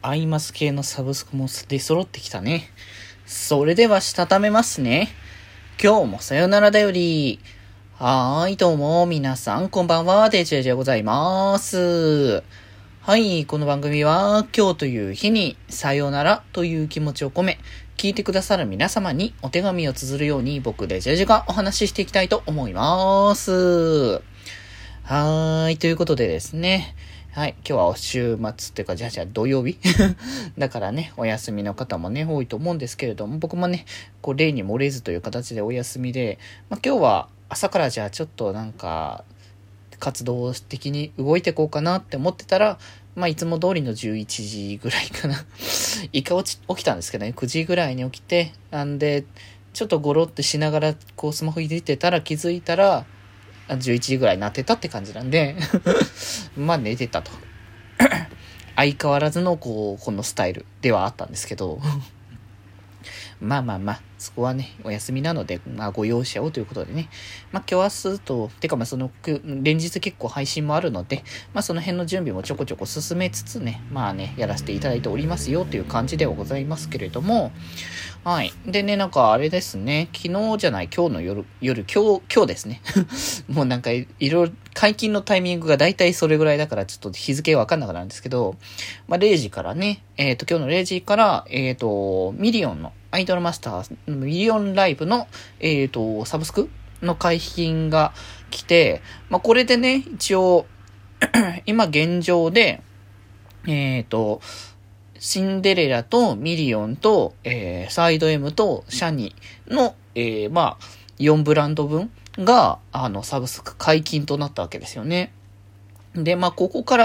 アイマス系のサブスクも出揃ってきたね。それではしたためますね。今日もさよならだより。どうも、皆さん、こんばんは、デジェジでございます。はい、この番組は、今日という日に、さよならという気持ちを込め、聞いてくださる皆様にお手紙を綴るように、僕デジェジがお話ししていきたいと思います。ということでですね。はい。今日は週末っていうか、じゃあ土曜日だからね、お休みの方もね、多いと思うんですけれども、僕もね、例に漏れずという形でお休みで、今日は朝からじゃあちょっと活動的に動いていこうかなって思ってたら、いつも通りの11時ぐらいかな。一回起きたんですけどね、9時ぐらいに起きて、なんで、ちょっとゴロってしながら、スマホいじってたら気づいたら、11時ぐらいになってたって感じなんで寝てたと相変わらずのこのスタイルではあったんですけどそこはねお休みなのでご容赦をということでね今日明日と連日結構配信もあるのでその辺の準備もちょこちょこ進めつつねやらせていただいておりますよという感じではございますけれどもはい。でね、あれですね。昨日じゃない、今日の夜、今日ですね。もういろいろ解禁のタイミングがだいたいそれぐらいだからちょっと日付わかんなくなるんですけど、0時からね、今日の0時から、ミリオンの、アイドルマスターミリオンライブの、サブスクの解禁が来て、これでね、一応、今現状で、シンデレラとミリオンと、サイド M とシャニの、4ブランド分が、サブスク解禁となったわけですよね。で、ここから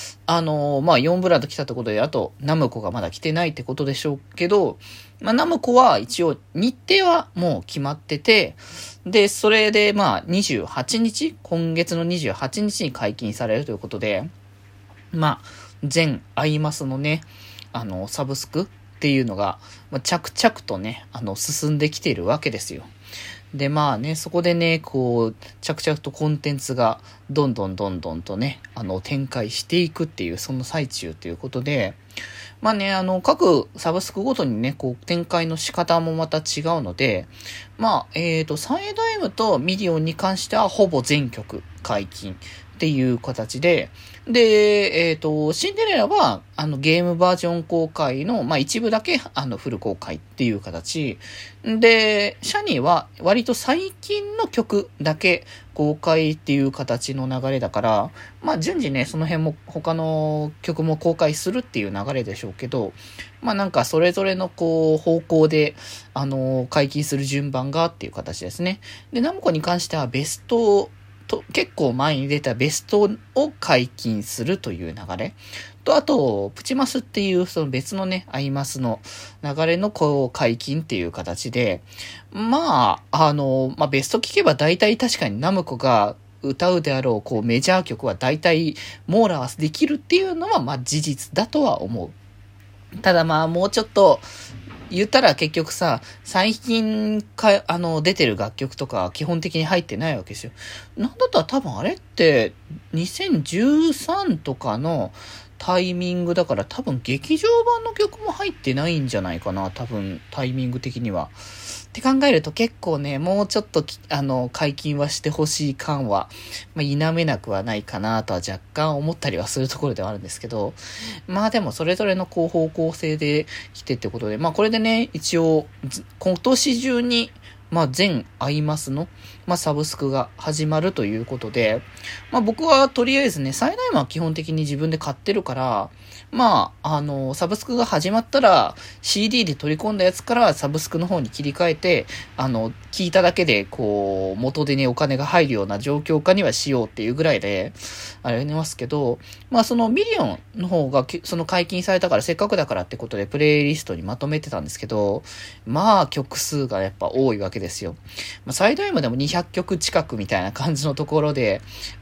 、4ブランド来たってことで、あと、ナムコがまだ来てないってことでしょうけど、ナムコは一応、日程はもう決まってて、で、それで、28日、今月の28日に解禁されるということで、全アイマスのね、サブスクっていうのが、着々とね、進んできているわけですよ。で、そこでね、着々とコンテンツがどんどんとね、展開していくっていう、その最中ということで、各サブスクごとにね、展開の仕方もまた違うので、サイド M とミリオンに関してはほぼ全曲解禁っていう形で、で、シンデレラは、ゲームバージョン公開の、一部だけ、フル公開っていう形。で、シャニーは、割と最近の曲だけ公開っていう形の流れだから、順次ね、その辺も他の曲も公開するっていう流れでしょうけど、それぞれの方向で、解禁する順番がっていう形ですね。で、ナムコに関してはベスト、結構前に出たベストを解禁するという流れと、あとプチマスっていうその別のねアイマスの流れの解禁っていう形でベスト聞けば大体確かにナムコが歌うであろうメジャー曲は大体網羅はできるっていうのは事実だとは思う。ただもうちょっと言ったら結局さ、最近出てる楽曲とか基本的に入ってないわけですよ。なんだったら多分あれって2013とかのタイミングだから多分劇場版の曲も入ってないんじゃないかな。多分タイミング的には。って考えると結構ね、もうちょっと解禁はしてほしい感は、否めなくはないかなとは若干思ったりはするところではあるんですけど、でもそれぞれの方向性で来てってことで、これでね、一応、今年中に、全アイマスの、サブスクが始まるということで、僕はとりあえずね、最大は基本的に自分で買ってるから、サブスクが始まったら CD で取り込んだやつからサブスクの方に切り替えて、聞いただけで元でね、お金が入るような状況下にはしようっていうぐらいで、ありますけど、そのミリオンの方が、その解禁されたからせっかくだからってことでプレイリストにまとめてたんですけど、曲数がやっぱ多いわけですよ。サイド M でも200曲近くみたいな感じのところで、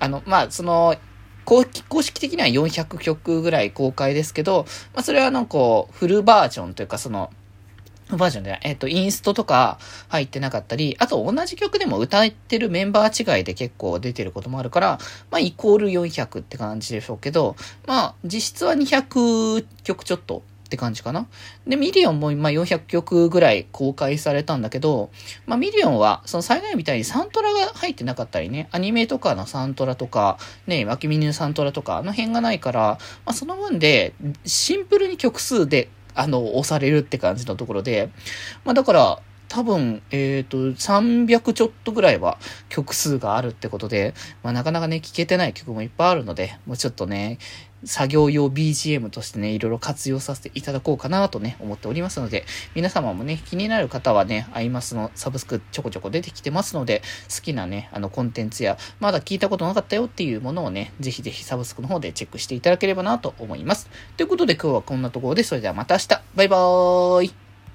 公式的には400曲ぐらい公開ですけど、それはフルバージョンというかバージョンで、インストとか入ってなかったり、あと同じ曲でも歌ってるメンバー違いで結構出てることもあるから、イコール400って感じでしょうけど、実質は200曲ちょっとって感じかな。で、ミリオンも今400曲ぐらい公開されたんだけど、まあミリオンは、その最後みたいにサントラが入ってなかったりね、アニメとかのサントラとか、ね、秋ミニのサントラとか、あの辺がないから、まあその分で、シンプルに曲数で、押されるって感じのところで、まあだから、多分、300ちょっとぐらいは曲数があるってことで、まあなかなかね、聴けてない曲もいっぱいあるので、もうちょっとね、作業用 BGM としてね、いろいろ活用させていただこうかなとね、思っておりますので、皆様もね、気になる方はね、アイマスのサブスクちょこちょこ出てきてますので、好きなね、コンテンツや、まだ聞いたことなかったよっていうものをね、ぜひぜひサブスクの方でチェックしていただければなと思います。ということで今日はこんなところで、それではまた明日、バイバーイ。